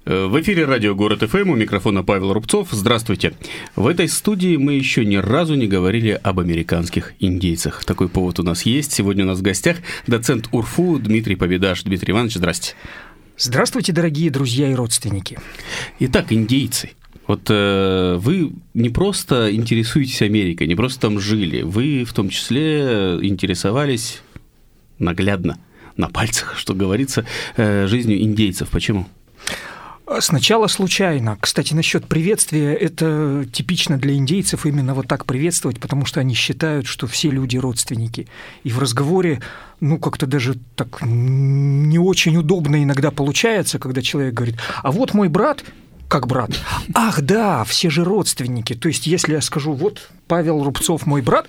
В эфире радио «Город ФМ», у микрофона Павел Рубцов. Здравствуйте. В этой студии мы еще ни разу не говорили об американских индейцах. Такой повод у нас есть. Сегодня у нас в гостях доцент УрФУ Дмитрий Победаш. Дмитрий Иванович, здрасте. Здравствуйте, дорогие друзья и родственники. Итак, индейцы. Вот вы не просто интересуетесь Америкой, не просто там жили, вы в том числе интересовались наглядно, на пальцах, что говорится, жизнью индейцев. Почему? Сначала случайно. Кстати, насчет приветствия, это типично для индейцев именно вот так приветствовать, потому что они считают, что все люди родственники. И в разговоре, как-то даже так не очень удобно иногда получается, когда человек говорит: а вот мой брат. Как брат? Ах, да, все же родственники. То есть, если я скажу: вот Павел Рубцов мой брат,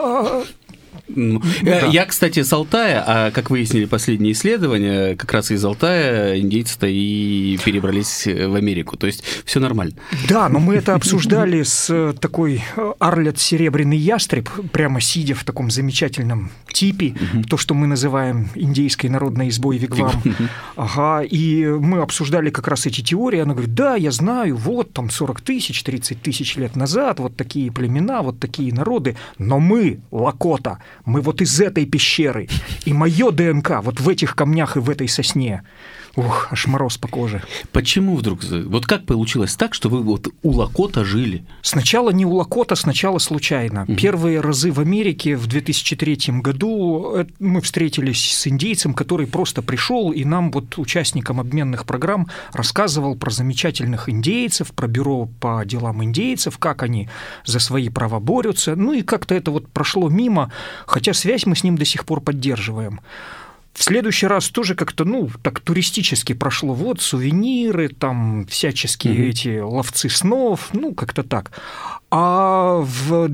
Я, кстати, с Алтая, а как выяснили последние исследования, как раз из Алтая индейцы-то и перебрались в Америку. То есть все нормально. Да, но мы это обсуждали с такой Арлет Серебряный Ястреб, прямо сидя в таком замечательном типе, то, что мы называем индейской народной избой вигвам. Ага, и мы обсуждали как раз эти теории. Она говорит: да, я знаю, вот там 40 тысяч, 30 тысяч лет назад, вот такие племена, вот такие народы, но мы, Лакота, мы вот из этой пещеры, и мое ДНК вот в этих камнях и в этой сосне. Ух, аж мороз по коже. Почему вдруг? Вот как получилось так, что вы вот у Лакота жили? Сначала не у Лакота, сначала случайно. Первые разы в Америке в 2003 году мы встретились с индейцем, который просто пришел и нам, вот участникам обменных программ, рассказывал про замечательных индейцев, про бюро по делам индейцев, как они за свои права борются. И как-то это вот прошло мимо, хотя связь мы с ним до сих пор поддерживаем. В следующий раз тоже как-то, так туристически прошло. Вот сувениры, там всяческие эти ловцы снов, как-то так. А в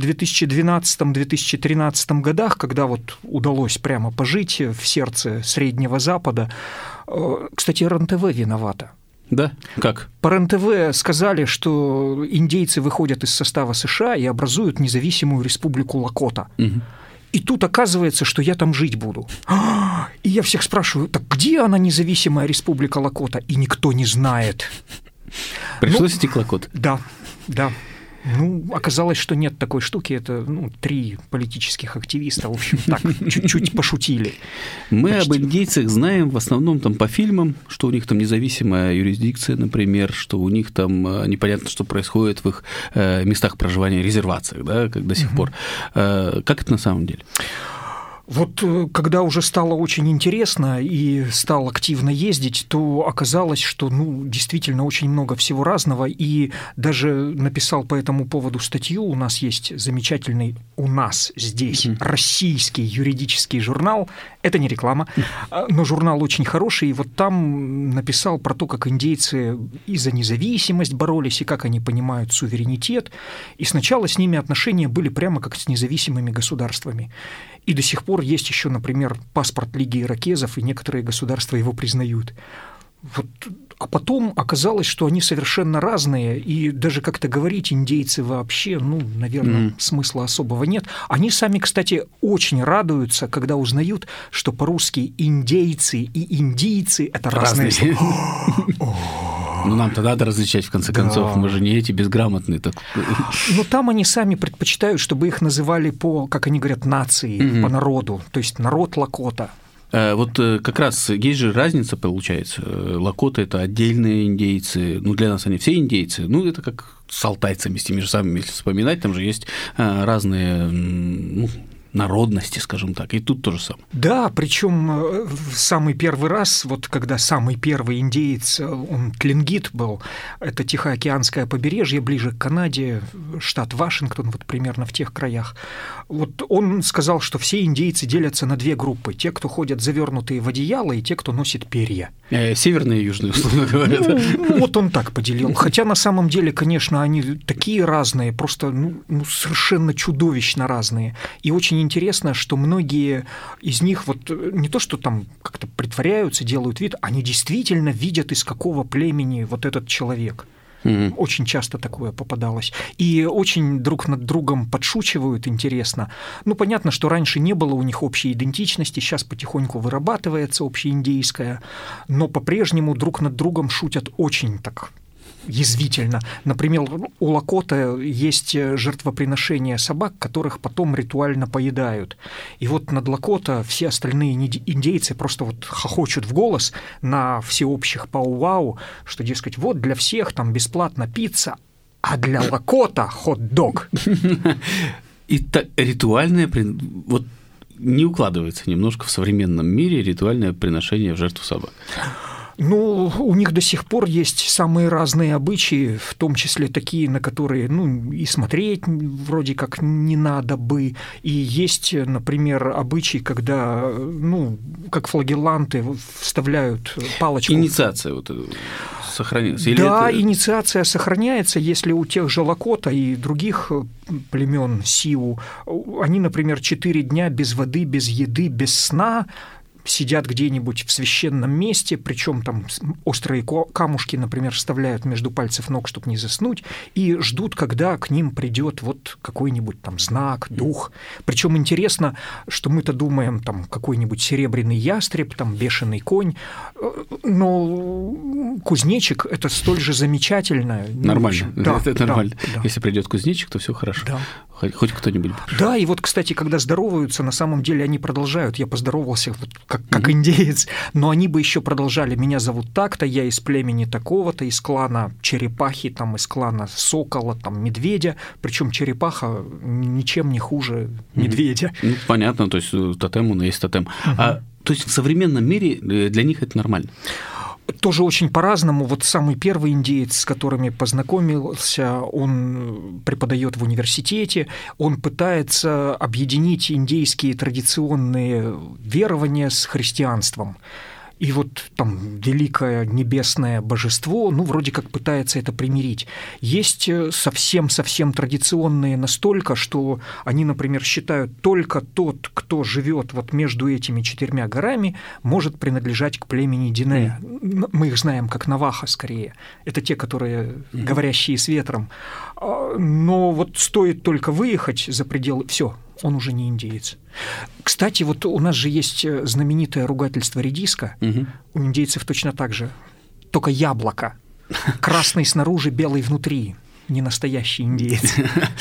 2012-2013 годах, когда вот удалось прямо пожить в сердце Среднего Запада, кстати, РЕН-ТВ виновата. Да? Как? По РЕН-ТВ сказали, что индейцы выходят из состава США и образуют независимую республику Лакота. И тут оказывается, что я там жить буду. И я всех спрашиваю: так где она, независимая республика Лакота? И никто не знает. Пришлось идти к Лакоте. Да. Оказалось, что нет такой штуки. Это 3 политических активиста, в общем, так, чуть-чуть пошутили. Мы об индейцах знаем в основном там по фильмам, что у них там независимая юрисдикция, например, что у них там непонятно, что происходит в их местах проживания, резервациях, да, как до сих пор. Как это на самом деле? Вот когда уже стало очень интересно и стал активно ездить, то оказалось, что действительно очень много всего разного, и даже написал по этому поводу статью. У нас есть замечательный, у нас здесь российский юридический журнал, это не реклама, но журнал очень хороший, и вот там написал про то, как индейцы и за независимость боролись, и как они понимают суверенитет, и сначала с ними отношения были прямо как с независимыми государствами. И до сих пор есть еще, например, паспорт Лиги Иракезов, и некоторые государства его признают. А потом оказалось, что они совершенно разные, и даже как-то говорить индейцы вообще, наверное, смысла особого нет. Они сами, кстати, очень радуются, когда узнают, что по-русски индейцы и индийцы – это разные слова. Нам-то надо различать, в конце концов, мы же не эти безграмотные. Но там они сами предпочитают, чтобы их называли по, как они говорят, нации, по народу, то есть народ Лакота. Вот как раз есть же разница, получается. Лакота – это отдельные индейцы, для нас они все индейцы, это как с алтайцами, с теми же самыми, если вспоминать, там же есть разные народности, скажем так, и тут то же самое. Да, причем в самый первый раз, вот когда самый первый индеец, он тлингит был, это Тихоокеанское побережье, ближе к Канаде, штат Вашингтон, вот примерно в тех краях. Вот он сказал, что все индейцы делятся на 2 группы: те, кто ходят завернутые в одеяло, и те, кто носит перья. Северные и южные, условно говоря. Вот он так поделил. Хотя на самом деле, конечно, они такие разные, просто совершенно чудовищно разные. И очень интересно, что многие из них вот не то, что там как-то притворяются, делают вид, они действительно видят, из какого племени вот этот человек. Очень часто такое попадалось. И очень друг над другом подшучивают, интересно. Ну, понятно, что раньше не было у них общей идентичности, сейчас потихоньку вырабатывается общеиндейская, но по-прежнему друг над другом шутят очень так язвительно. Например, у Лакота есть жертвоприношения собак, которых потом ритуально поедают. И вот над Лакота все остальные индейцы просто вот хохочут в голос на всеобщих пау-вау, что, дескать, вот для всех там бесплатно пицца, а для Лакота хот-дог. И ритуальное, вот не укладывается немножко в современном мире ритуальное приношение в жертву собак. Ну, у них до сих пор есть самые разные обычаи, в том числе такие, на которые, ну, и смотреть вроде как не надо бы. И есть, например, обычай, когда, ну, как флагелланты вставляют палочку. Инициация вот сохраняется? Или да, это... инициация сохраняется, если у тех же Лакота и других племен Сиу, они, например, 4 дня без воды, без еды, без сна сидят где-нибудь в священном месте, причем там острые камушки, например, вставляют между пальцев ног, чтобы не заснуть, и ждут, когда к ним придет вот какой-нибудь там знак, дух. Причем интересно, что мы-то думаем, там какой-нибудь серебряный ястреб, там бешеный конь, но кузнечик – это столь же замечательно. Нормально. Да, это нормально. Да. Если придет кузнечик, то все хорошо. Да. Хоть кто-нибудь. Да, и вот, кстати, когда здороваются, на самом деле они продолжают. Я поздоровался вот как индеец, но они бы еще продолжали. Меня зовут так-то, я из племени такого-то, из клана черепахи, там, из клана сокола, там, медведя. Причем черепаха ничем не хуже медведя. Ну, понятно, то есть тотем, он есть тотем. То есть в современном мире для них это нормально? Тоже очень по-разному. Вот самый первый индеец, с которыми познакомился, он преподает в университете, он пытается объединить индейские традиционные верования с христианством. И вот там великое небесное божество, ну, вроде как пытается это примирить. Есть совсем-совсем традиционные настолько, что они, например, считают, только тот, кто живет вот между этими 4 горами, может принадлежать к племени Дине. Мы их знаем как Наваха скорее. Это те, которые говорящие с ветром. Но вот стоит только выехать за пределы, все, он уже не индеец. Кстати, вот у нас же есть знаменитое ругательство редиска. У индейцев точно так же. Только яблоко. Красный снаружи, белый внутри. Не настоящий индеец.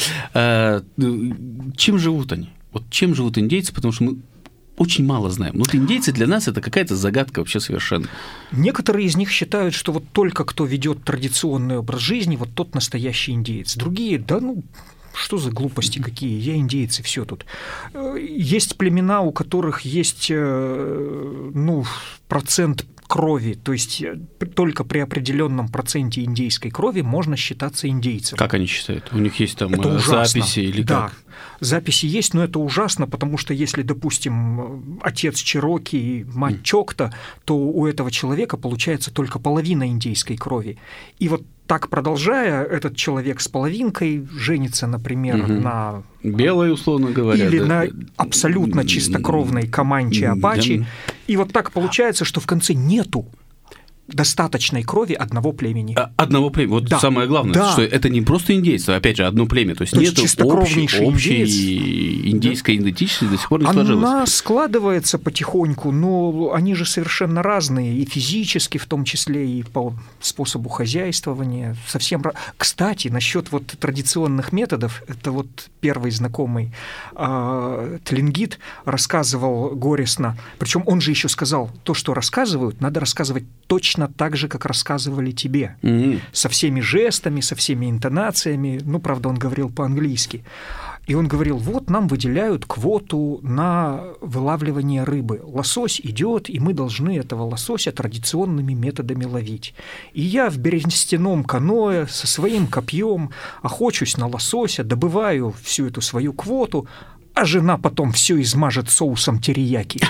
Чем живут они? Вот чем живут индейцы? Потому что мы очень мало знаем. Вот индейцы для нас это какая-то загадка вообще совершенно. Некоторые из них считают, что вот только кто ведет традиционный образ жизни, вот тот настоящий индеец. Другие, да ну, что за глупости какие? Я индейец, и все тут. Есть племена, у которых есть, ну, процент крови, то есть только при определенном проценте индейской крови можно считаться индейцем. Как они считают? У них есть там записи или да, как? Записи есть, но это ужасно, потому что если, допустим, отец Чероки, мать Чокта, то у этого человека получается только половина индейской крови. И вот так продолжая, этот человек с половинкой женится, например, на... белой, условно говоря. Или да? на абсолютно чистокровной команче-апачи. И вот так получается, что в конце нету достаточной крови одного племени. Одного племени. Вот да. Самое главное, да. Что это не просто индейцы, а опять же, одно племя. То есть нет общей индейской идентичности до сих пор не сложилось. Она складывается потихоньку, но они же совершенно разные, и физически, в том числе, и по способу хозяйствования. Совсем. Кстати, насчет вот традиционных методов, это вот первый знакомый Тлингит рассказывал горестно, причем он же еще сказал, то, что рассказывают, надо рассказывать точно так же, как рассказывали тебе. Со всеми жестами, со всеми интонациями. Ну, правда, он говорил по-английски. И он говорил, вот нам выделяют квоту на вылавливание рыбы. Лосось идет, и мы должны этого лосося традиционными методами ловить. И я в берестяном каноэ со своим копьем охочусь на лосося, добываю всю эту свою квоту, а жена потом все измажет соусом терияки.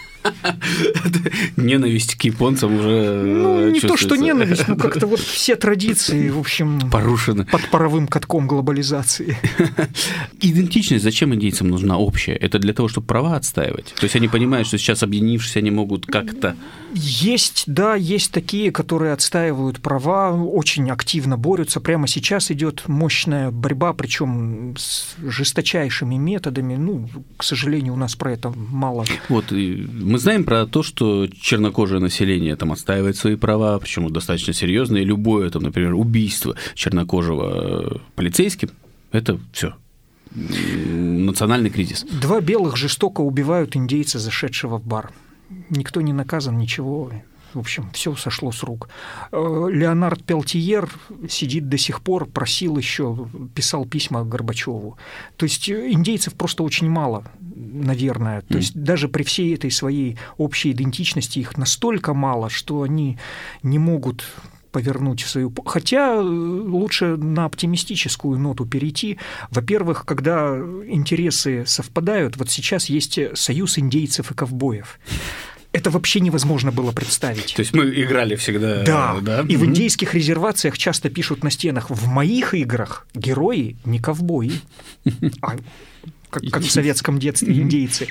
Ненависть к японцам уже ну, не то, что ненависть, но как-то вот все традиции, в общем, порушены под паровым катком глобализации. Идентичность зачем индейцам нужна общая? Это для того, чтобы права отстаивать? То есть они понимают, что сейчас, объединившись, они могут как-то... Есть, да, есть такие, которые отстаивают права, очень активно борются. Прямо сейчас идет мощная борьба, причем с жесточайшими методами. Ну, к сожалению, у нас про это мало. Вот, мы знаем про то, что чернокожее население там отстаивает свои права, причем достаточно серьезные. Любое, там, например, убийство чернокожего полицейским – это все. Национальный кризис. 2 белых жестоко убивают индейца, зашедшего в бар. Никто не наказан, ничего. В общем, все сошло с рук. Леонард Пелтиер сидит до сих пор, просил еще, писал письма Горбачеву. То есть индейцев просто очень мало, наверное. То есть даже при всей этой своей общей идентичности их настолько мало, что они не могут повернуть свою... Хотя лучше на оптимистическую ноту перейти. Во-первых, когда интересы совпадают, вот сейчас есть союз индейцев и ковбоев. Это вообще невозможно было представить. То есть мы играли всегда... Да. И в индейских резервациях часто пишут на стенах: в моих играх герои не ковбои, а как в советском детстве индейцы.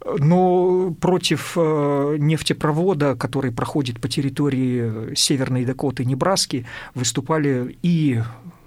Но против нефтепровода, который проходит по территории Северной Дакоты и Небраски, выступали и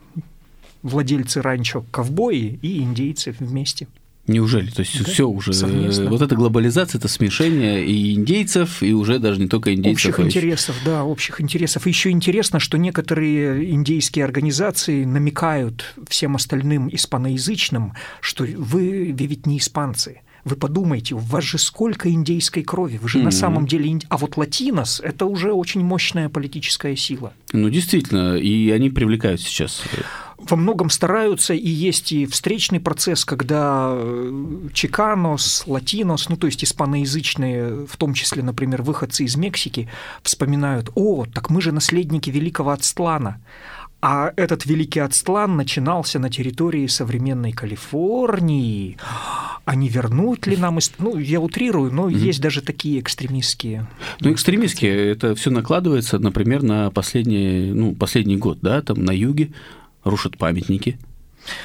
владельцы ранчо ковбои, и индейцы вместе. Неужели? То есть все уже... Совместно. Вот эта глобализация – это смешение и индейцев, и уже даже не только индейцев. Общих интересов, да, общих интересов. И еще интересно, что некоторые индейские организации намекают всем остальным испаноязычным, что вы ведь не испанцы. Вы подумайте, у вас же сколько индейской крови, вы же на самом деле... А вот латинос – это уже очень мощная политическая сила. Ну, действительно, и они привлекают сейчас... Во многом стараются, и есть и встречный процесс, когда чиканос, латинос, ну, то есть испаноязычные, в том числе, например, выходцы из Мексики, вспоминают: «О, так мы же наследники великого Ацтлана». А этот великий Ацтлан начинался на территории современной Калифорнии. А не вернуть ли нам... Ну, я утрирую, но есть даже такие экстремистские... Ну, экстремистские, это все накладывается, например, на последний год, да, там на юге рушат памятники. У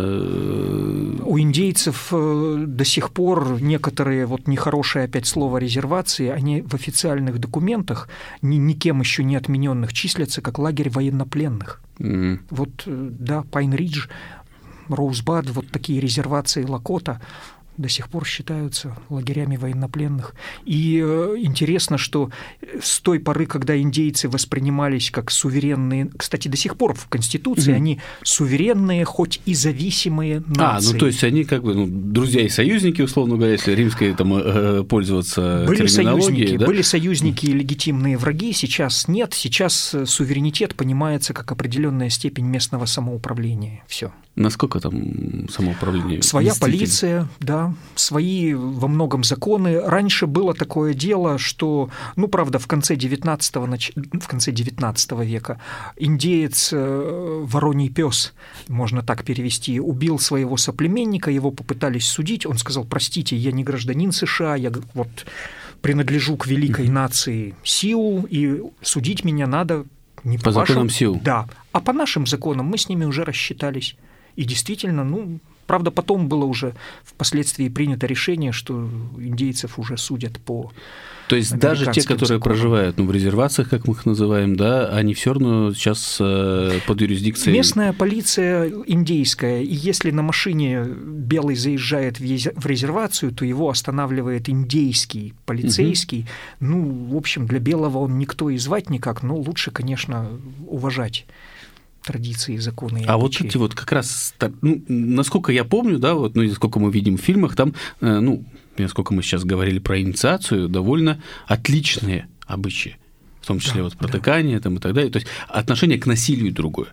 индейцев до сих пор некоторые, вот нехорошее опять слово, резервации, они в официальных документах, никем еще не отмененных, числятся как лагерь военнопленных. Вот, да, Пайн-Ридж, Роузбад, вот такие резервации Лакота до сих пор считаются лагерями военнопленных. И интересно, что с той поры, когда индейцы воспринимались как суверенные, кстати, до сих пор в Конституции они суверенные, хоть и зависимые нации. Ну то есть они как бы друзья и союзники, условно говоря, если римской там пользоваться терминологией. Были союзники и легитимные враги, сейчас нет. Сейчас суверенитет понимается как определенная степень местного самоуправления. Все. Насколько там самоуправление? Своя полиция, да, свои во многом законы. Раньше было такое дело, что, ну, правда, в конце 19 века индеец, вороний пес, можно так перевести, убил своего соплеменника, его попытались судить, он сказал: простите, я не гражданин США, я вот принадлежу к великой нации Сиу, и судить меня надо не по законам Сиу. Да, а по нашим законам мы с ними уже рассчитались. И действительно, ну, правда, потом было уже впоследствии принято решение, что индейцев уже судят по... То есть даже те, которые проживают в резервациях, как мы их называем, да, они все равно сейчас под юрисдикцией... Местная полиция индейская, и если на машине белый заезжает в резервацию, то его останавливает индейский полицейский. Ну, в общем, для белого он никто и звать никак, но лучше, конечно, уважать традиции, законы и обычаи. А вот эти вот как раз, ну, насколько я помню, да, вот, ну, насколько мы видим в фильмах, там, ну, насколько мы сейчас говорили про инициацию, довольно отличные обычаи, в том числе вот протыкание там, и так далее, то есть отношение к насилию другое.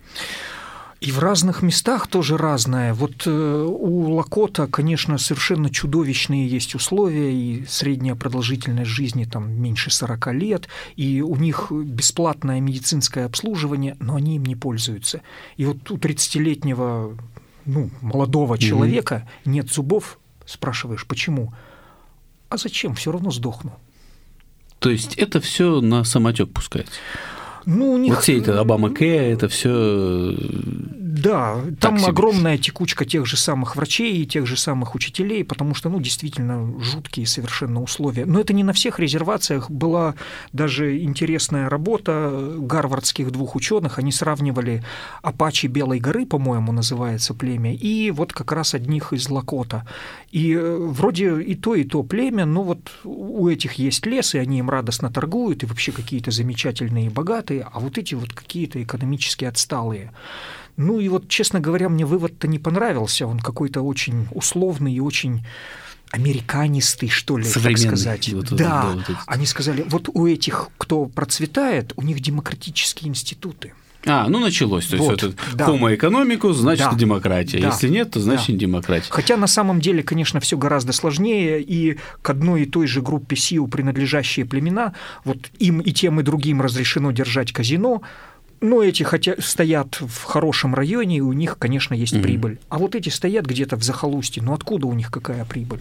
И в разных местах тоже разное. Вот у Лакота, конечно, совершенно чудовищные есть условия, и средняя продолжительность жизни там меньше 40 лет, и у них бесплатное медицинское обслуживание, но они им не пользуются. И вот у 30-летнего, ну, молодого человека нет зубов, спрашиваешь, почему? А зачем? Все равно сдохну. То есть это все на самотек пускается? Ну, у них... Вот все это Обама-Кэр, это все Да, там себе. огромная текучка тех же самых врачей и тех же самых учителей, потому что, действительно жуткие совершенно условия. Но это не на всех резервациях. Была даже интересная работа гарвардских 2 ученых. Они сравнивали апачи Белой горы, по-моему, называется племя, и вот как раз одних из Лакота. И вроде и то племя, но вот у этих есть лес, и они им радостно торгуют, и вообще какие-то замечательные и богатые, а вот эти вот какие-то экономически отсталые. И вот, честно говоря, мне вывод-то не понравился. Он какой-то очень условный и очень американистый, что ли, так сказать. Да, они сказали, вот у этих, кто процветает, у них демократические институты. Началось. То есть это homo economicus, значит, демократия. Да. Если нет, то значит, не демократия. Хотя на самом деле, конечно, все гораздо сложнее, и к одной и той же группе Сиу принадлежащие племена, вот им и тем, и другим разрешено держать казино, но эти хотя стоят в хорошем районе, и у них, конечно, есть прибыль. А вот эти стоят где-то в захолустье, откуда у них какая прибыль?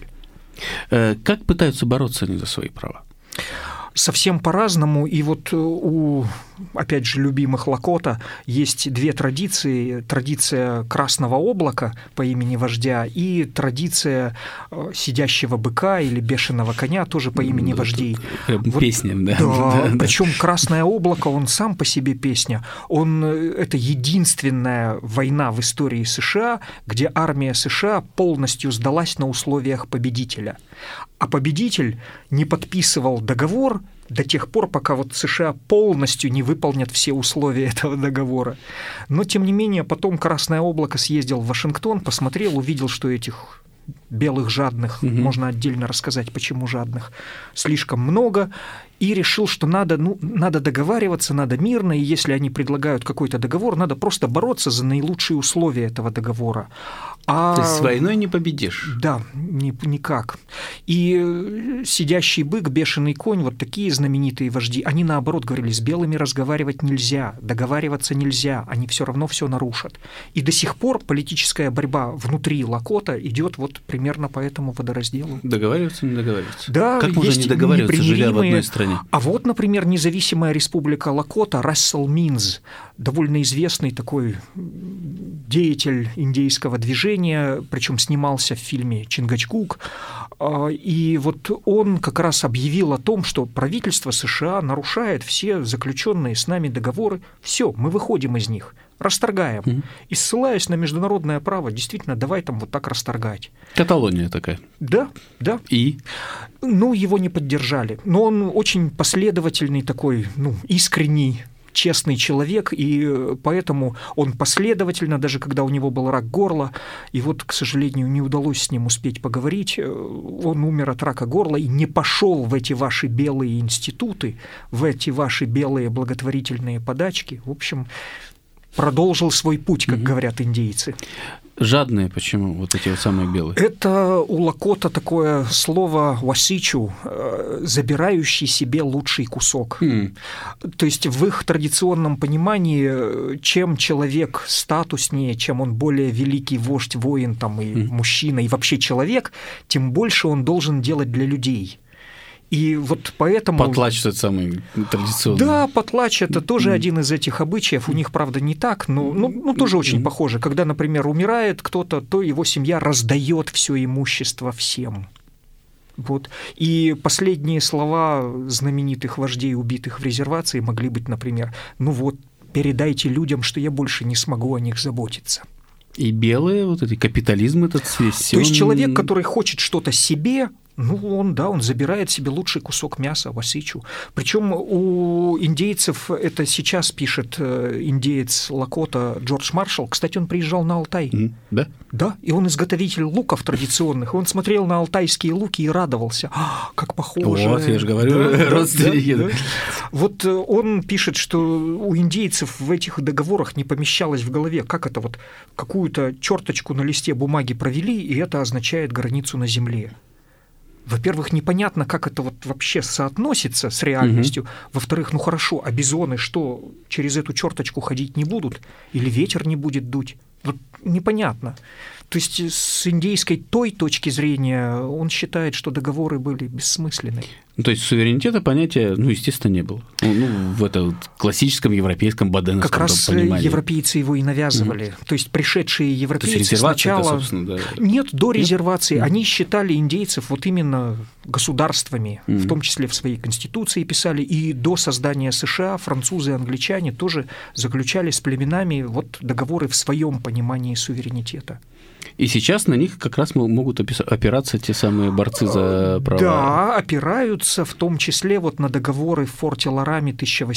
Как пытаются бороться они за свои права? Совсем по-разному, и вот у, опять же, любимых Лакота есть 2 традиции. Традиция красного облака по имени вождя и традиция сидящего быка или бешеного коня тоже по имени вождей. Песня, да. Да, причем красное облако, он сам по себе песня. Это единственная война в истории США, где армия США полностью сдалась на условиях победителя. А победитель не подписывал договор до тех пор, пока вот США полностью не выполнят все условия этого договора. Но, тем не менее, потом Красное облако съездил в Вашингтон, посмотрел, увидел, что этих белых жадных, можно отдельно рассказать, почему жадных, слишком много, и решил, что надо договариваться, надо мирно, и если они предлагают какой-то договор, надо просто бороться за наилучшие условия этого договора. То есть с войной не победишь? Да, никак. И сидящий бык, бешеный конь, вот такие знаменитые вожди, они наоборот говорили, с белыми разговаривать нельзя, договариваться нельзя, они все равно все нарушат. И до сих пор политическая борьба внутри Лакота идет вот примерно по этому водоразделу. Договариваться, не договариваться? Да, как можно не договариваться, живя в одной стране? А вот, например, независимая республика Лакота, Рассел Минз, довольно известный такой деятель индейского движения, причем снимался в фильме «Чингачгук», и вот он как раз объявил о том, что правительство США нарушает все заключенные с нами договоры, все, мы выходим из них, расторгаем. И ссылаясь на международное право, действительно, давай там вот так расторгать. Каталония такая. Да. И? Его не поддержали. Но он очень последовательный такой, искренний, честный человек, и поэтому он последовательно, даже когда у него был рак горла, и вот, к сожалению, не удалось с ним успеть поговорить, он умер от рака горла и не пошел в эти ваши белые институты, в эти ваши белые благотворительные подачки. В общем, продолжил свой путь, как говорят индейцы. Жадные почему, вот эти вот самые белые? Это у Лакота такое слово «васичу», забирающий себе лучший кусок. То есть в их традиционном понимании, чем человек статуснее, чем он более великий вождь, воин там, и мужчина, и вообще человек, тем больше он должен делать для людей. И вот поэтому... Потлач – это самый традиционный. Да, потлач – это тоже один из этих обычаев. У них, правда, не так, но тоже очень похоже. Когда, например, умирает кто-то, то его семья раздает все имущество всем. Вот. И последние слова знаменитых вождей, убитых в резервации, могли быть, например, передайте людям, что я больше не смогу о них заботиться. И белые, вот эти капитализм этот весь. То есть человек, который хочет что-то себе, он забирает себе лучший кусок мяса, васичу. Причем у индейцев, это сейчас пишет индеец Лакота Джордж Маршалл, кстати, он приезжал на Алтай. Да? Да, и он изготовитель луков традиционных, он смотрел на алтайские луки и радовался. Как похоже. Вот, я же говорю, родственники. Да. Вот он пишет, что у индейцев в этих договорах не помещалось в голове, как это вот какую-то черточку на листе бумаги провели, и это означает границу на земле. Во-первых, непонятно, как это вот вообще соотносится с реальностью. Во-вторых, хорошо, а бизоны что, через эту черточку ходить не будут? Или ветер не будет дуть? Вот непонятно. То есть с индейской той точки зрения он считает, что договоры были бессмысленны. Ну, то есть суверенитета понятия, естественно, не было. В этом классическом европейском баденовском как раз понимании. Европейцы его и навязывали. То есть пришедшие европейцы сначала... Это, собственно, да. Нет, до резервации. Они считали индейцев вот именно государствами, в том числе в своей конституции писали, и до создания США французы и англичане тоже заключали с племенами вот договоры в своем понимании суверенитета. И сейчас на них как раз могут опираться те самые борцы за права. Да, опираются в том числе вот на договоры в форте Ларами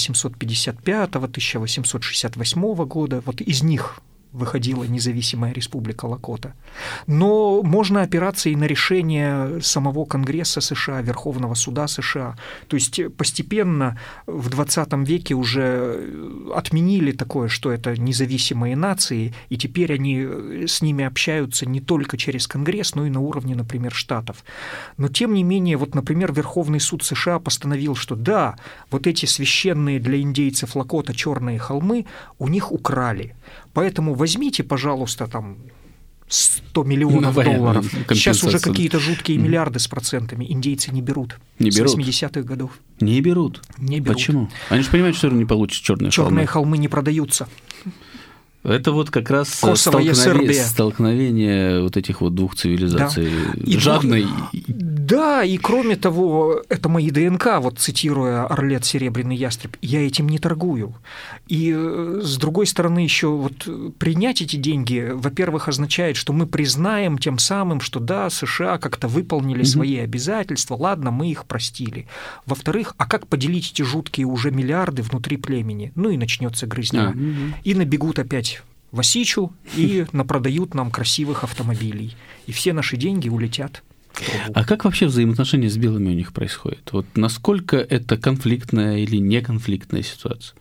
1855-1868 года. Вот из них выходила независимая республика Лакота. Но можно опираться и на решение самого Конгресса США, Верховного суда США. То есть постепенно в 20 веке уже отменили такое, что это независимые нации, и теперь они с ними общаются не только через Конгресс, но и на уровне, например, штатов. Но тем не менее, вот, например, Верховный суд США постановил, что да, вот эти священные для индейцев Лакота черные холмы у них украли. Поэтому возьмите, пожалуйста, там 100 миллионов долларов. Сейчас уже какие-то жуткие миллиарды с процентами. Индейцы не берут. Не берут? С 80-х годов. Не берут? Не берут. Почему? Они же понимают, что не получат черные холмы. Черные холмы не продаются. Это вот как раз столкновение вот этих вот двух цивилизаций. Да. Жадной. Да, и кроме того, это мои ДНК, вот цитируя Орлет Серебряный ястреб, я этим не торгую. И с другой стороны еще вот принять эти деньги, во-первых, означает, что мы признаем тем самым, что да, США как-то выполнили свои обязательства, ладно, мы их простили. Во-вторых, а как поделить эти жуткие уже миллиарды внутри племени? Ну и начнется грызня. И набегут опять в Осичу и напродают нам красивых автомобилей. И все наши деньги улетят. А как вообще взаимоотношения с белыми у них происходят? Вот насколько это конфликтная или неконфликтная ситуация?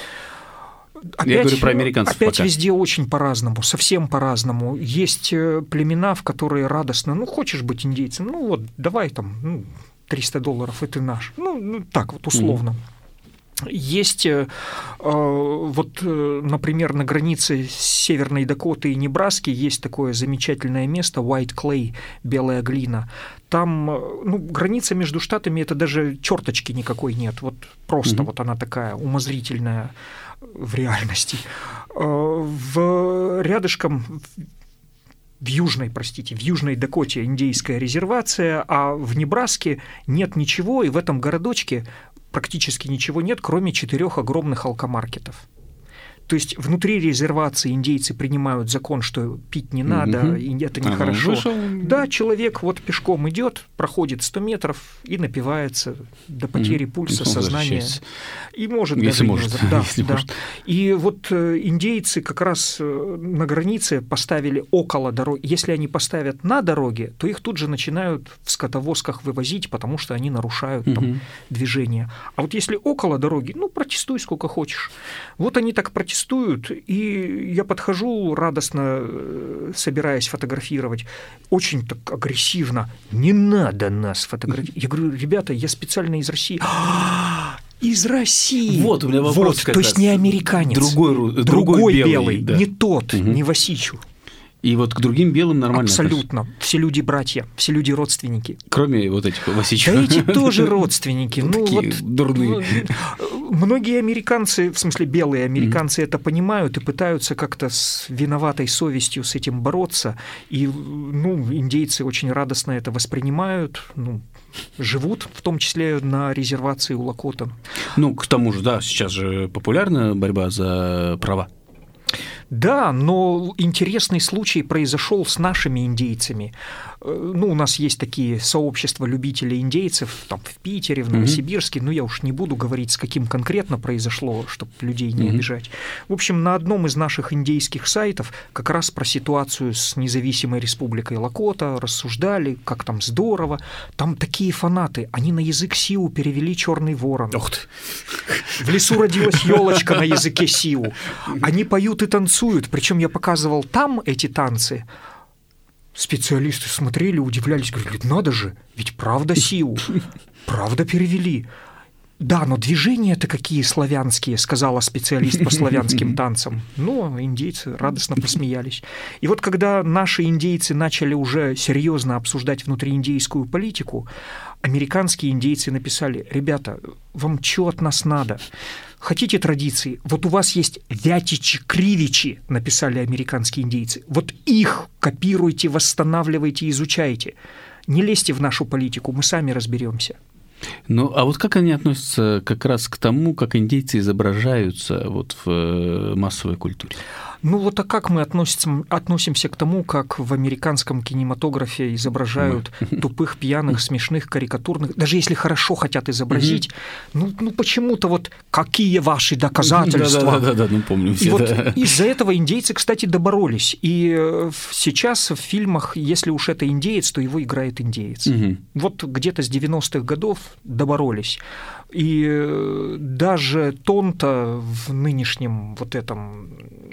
Я говорю про американцев опять пока. Везде очень по-разному, совсем по-разному. Есть племена, в которые радостно, хочешь быть индейцем, вот давай там $300, и ты наш. Так вот условно. Есть, вот, например, на границе Северной Дакоты и Небраски есть такое замечательное место White Clay, белая глина. Там, граница между штатами, это даже черточки никакой нет, вот просто вот она такая умозрительная в реальности. Рядышком в Южной Дакоте индейская резервация, а в Небраске нет ничего, и в этом городочке практически ничего нет, кроме 4 огромных алкомаркетов. То есть внутри резервации индейцы принимают закон, что пить не надо, и это нехорошо. Да, человек вот пешком идет, проходит 100 метров и напивается до потери пульса, сознания. И может если даже может. Да, если да. может. И вот индейцы как раз на границе поставили около дороги. Если они поставят на дороге, то их тут же начинают в скотовозках вывозить, потому что они нарушают там движение. А вот если около дороги, протестуй сколько хочешь. Вот они так протестуют, и я подхожу радостно, собираясь фотографировать, очень так агрессивно. Не надо нас фотографировать. Я говорю, ребята, я специально из России. Из России. Вот у меня вопрос. То есть не американец. Другой белый, да. Не тот, не в Осичу. И вот к другим белым нормально. Абсолютно. Все люди братья, все люди родственники. Кроме вот этих Осичу. Да эти тоже родственники. Такие дурные. Многие американцы, в смысле белые американцы, это понимают и пытаются как-то с виноватой совестью с этим бороться. И индейцы очень радостно это воспринимают, живут, в том числе на резервации у Лакота. К тому же, да, сейчас же популярна борьба за права. Да, но интересный случай произошел с нашими индейцами. У нас есть такие сообщества любителей индейцев там в Питере, в Новосибирске, я уж не буду говорить, с каким конкретно произошло, чтобы людей не обижать. В общем, на одном из наших индейских сайтов как раз про ситуацию с независимой республикой Лакота рассуждали, как там здорово. Там такие фанаты, они на язык сиу перевели «Черный ворон». Ух ты. В лесу родилась елочка на языке сиу. Они поют и танцуют, причем я показывал там эти танцы. Специалисты смотрели, удивлялись, говорили, надо же, ведь правда сиу, правда перевели. Да, но движения-то какие славянские, сказала специалист по славянским танцам. Ну, индейцы радостно посмеялись. И вот когда наши индейцы начали уже серьезно обсуждать внутрииндейскую политику, американские индейцы написали: ребята, вам что от нас надо? Хотите традиции? Вот у вас есть вятичи-кривичи, написали американские индейцы. Вот их копируйте, восстанавливайте, изучайте. Не лезьте в нашу политику, мы сами разберемся. Ну, а вот как они относятся как раз к тому, как индейцы изображаются вот в массовой культуре? Ну вот а как мы относимся к тому, как в американском кинематографе изображают тупых, пьяных, смешных, карикатурных, даже если хорошо хотят изобразить, ну почему-то вот какие ваши доказательства? Да, ну помню все. И вот из-за этого индейцы, кстати, доборолись. И сейчас в фильмах, если уж это индеец, то его играет индеец. Вот где-то с 90-х годов доборолись. И даже Тонто в нынешнем вот этом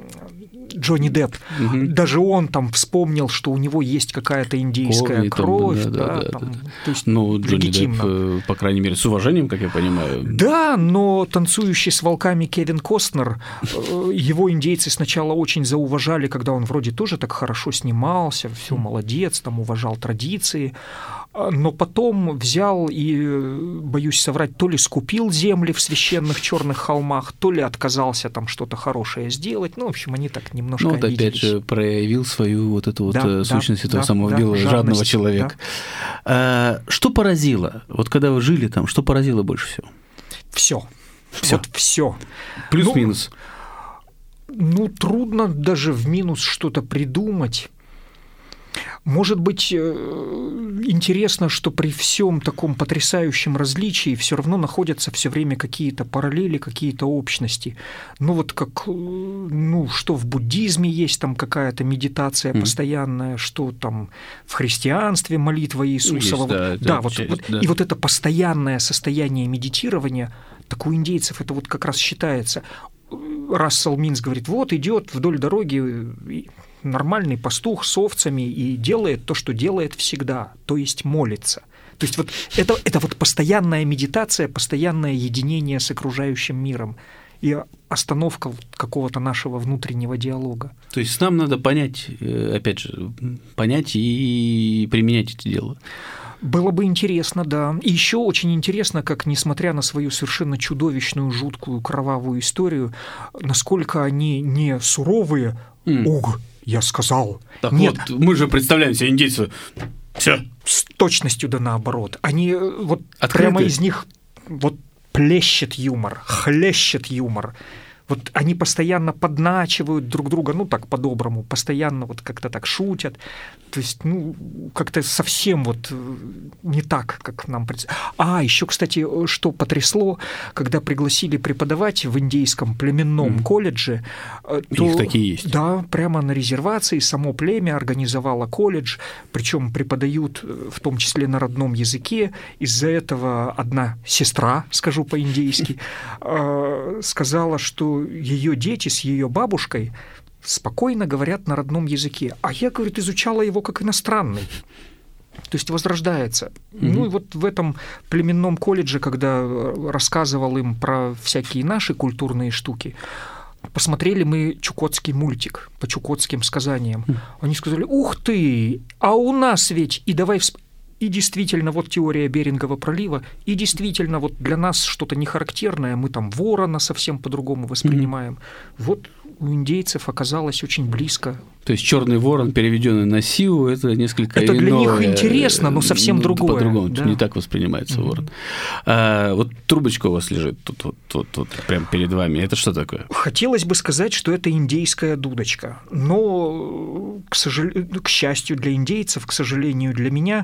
Джонни Депп, даже он там вспомнил, что у него есть какая-то индейская кровь. То есть ну, Джонни легитимно. Депп, по крайней мере, с уважением, как я понимаю. Да, но танцующий с волками Кевин Костнер, его индейцы сначала очень зауважали, когда он вроде тоже так хорошо снимался, все молодец, там уважал традиции. Но потом взял и, боюсь соврать, то ли скупил земли в священных черных холмах, то ли отказался там что-то хорошее сделать. Ну, в общем, они так немножко обиделись. Ну, вот опять же проявил свою вот эту вот сущность этого самого белого жадного человека. Да. Что поразило? Вот когда вы жили там, что поразило больше всего? Все. Вот все. Плюс-минус. Ну, трудно даже в минус что-то придумать. Может быть, интересно, что при всем таком потрясающем различии все равно находятся все время какие-то параллели, какие-то общности. Ну вот как, ну что в буддизме есть там какая-то медитация постоянная, что там в христианстве молитва Иисусова. Есть, да. И вот это постоянное состояние медитирования, так у индейцев это вот как раз считается. Рассел Минс говорит: вот идет вдоль дороги нормальный пастух с овцами и делает то, что делает всегда, то есть молится. То есть вот это вот постоянная медитация, постоянное единение с окружающим миром и остановка какого-то нашего внутреннего диалога. То есть нам надо понять, опять же, понять и применять эти дела. Было бы интересно, да. И еще очень интересно, как, несмотря на свою совершенно чудовищную, жуткую, кровавую историю, насколько они не суровые, я сказал. Так нет, вот, мы же представляем себе индейцев. Все. С точностью да наоборот. Они вот открыты. Прямо из них вот плещет юмор, хлещет юмор. Вот они постоянно подначивают друг друга, ну так по-доброму, постоянно вот как-то так шутят. То есть, ну, как-то совсем вот не так, как нам представляется. Еще, кстати, что потрясло, когда пригласили преподавать в индейском племенном колледже, то, их такие есть. Да, прямо на резервации само племя организовало колледж, причем преподают в том числе на родном языке. Из-за этого одна сестра, скажу по-индейски, сказала, что ее дети с ее бабушкой спокойно говорят на родном языке. А я, говорит, изучала его как иностранный. То есть возрождается. Ну и вот в этом племенном колледже, когда рассказывал им про всякие наши культурные штуки, посмотрели мы чукотский мультик по чукотским сказаниям. Они сказали: ух ты, а у нас ведь, и давай И действительно, вот теория Берингова пролива, и действительно, вот для нас что-то нехарактерное, мы там ворона совсем по-другому воспринимаем. Вот у индейцев оказалось очень близко. То есть черный ворон, переведенный на сиу, это несколько иное. Это для них интересно, но совсем другое. По-другому, да. Не так воспринимается ворон. Вот трубочка у вас лежит тут прямо перед вами. Это что такое? Хотелось бы сказать, что это индейская дудочка. Но, к счастью для индейцев, к сожалению для меня,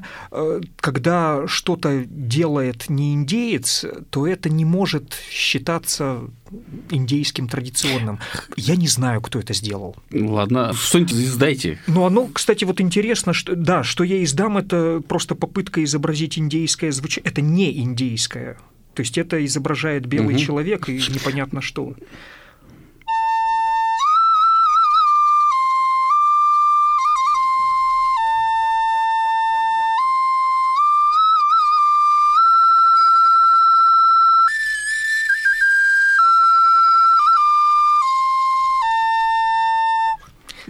когда что-то делает не индеец, то это не может считаться индейским традиционным. Я не знаю, кто это сделал. Ладно, что-нибудь издайте. Ну, оно, кстати, вот интересно, что я издам, это просто попытка изобразить индейское звучание. Это не индейское. То есть это изображает белый человек, и непонятно что.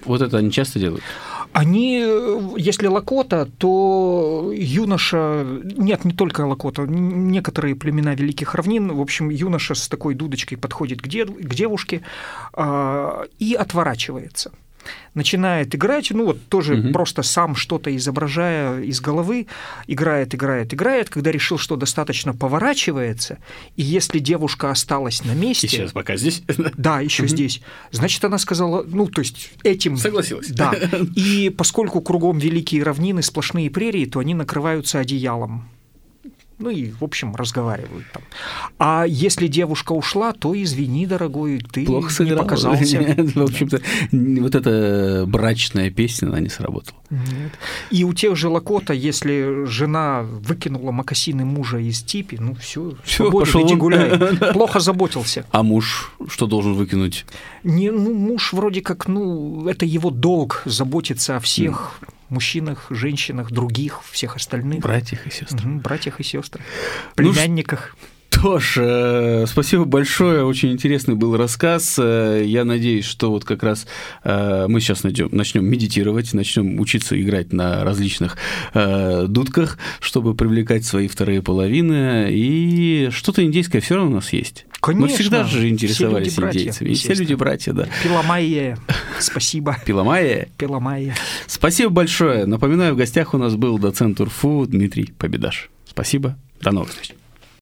Вот это они часто делают? Они, если лакота, то юноша, нет, не только лакота, некоторые племена Великих Равнин, в общем, юноша с такой дудочкой подходит к девушке и отворачивается. Начинает играть, ну вот тоже просто сам что-то изображая из головы, играет, когда решил, что достаточно, поворачивается, и если девушка осталась на месте... Сейчас пока здесь? Да, еще здесь. Значит, она сказала, ну, то есть этим... Согласилась. Да. И поскольку кругом великие равнины, сплошные прерии, то они накрываются одеялом. Ну и, в общем, разговаривают там. А если девушка ушла, то извини, дорогой, ты плохо не показался. Нет, в общем-то, вот эта брачная песня, она не сработала. Нет. И у тех же лакота, если жена выкинула мокасины мужа из типи, ну все, свободен, иди гуляй. Плохо заботился. А муж что должен выкинуть? Муж вроде как, это его долг заботиться о всех мужчинах, женщинах, других, всех остальных. Братьях и сестрах. Братьях и сестрах, племянниках. Тош, спасибо большое, очень интересный был рассказ. Я надеюсь, что вот как раз мы сейчас начнем медитировать, начнем учиться играть на различных дудках, чтобы привлекать свои вторые половины. И что-то индейское все равно у нас есть. Конечно. Мы всегда же интересовались индейцами. Все люди братья, да. Пиламайя, спасибо. Пиламайя. Спасибо большое. Напоминаю, в гостях у нас был доцент УрФУ Дмитрий Победаш. Спасибо. До новых встреч.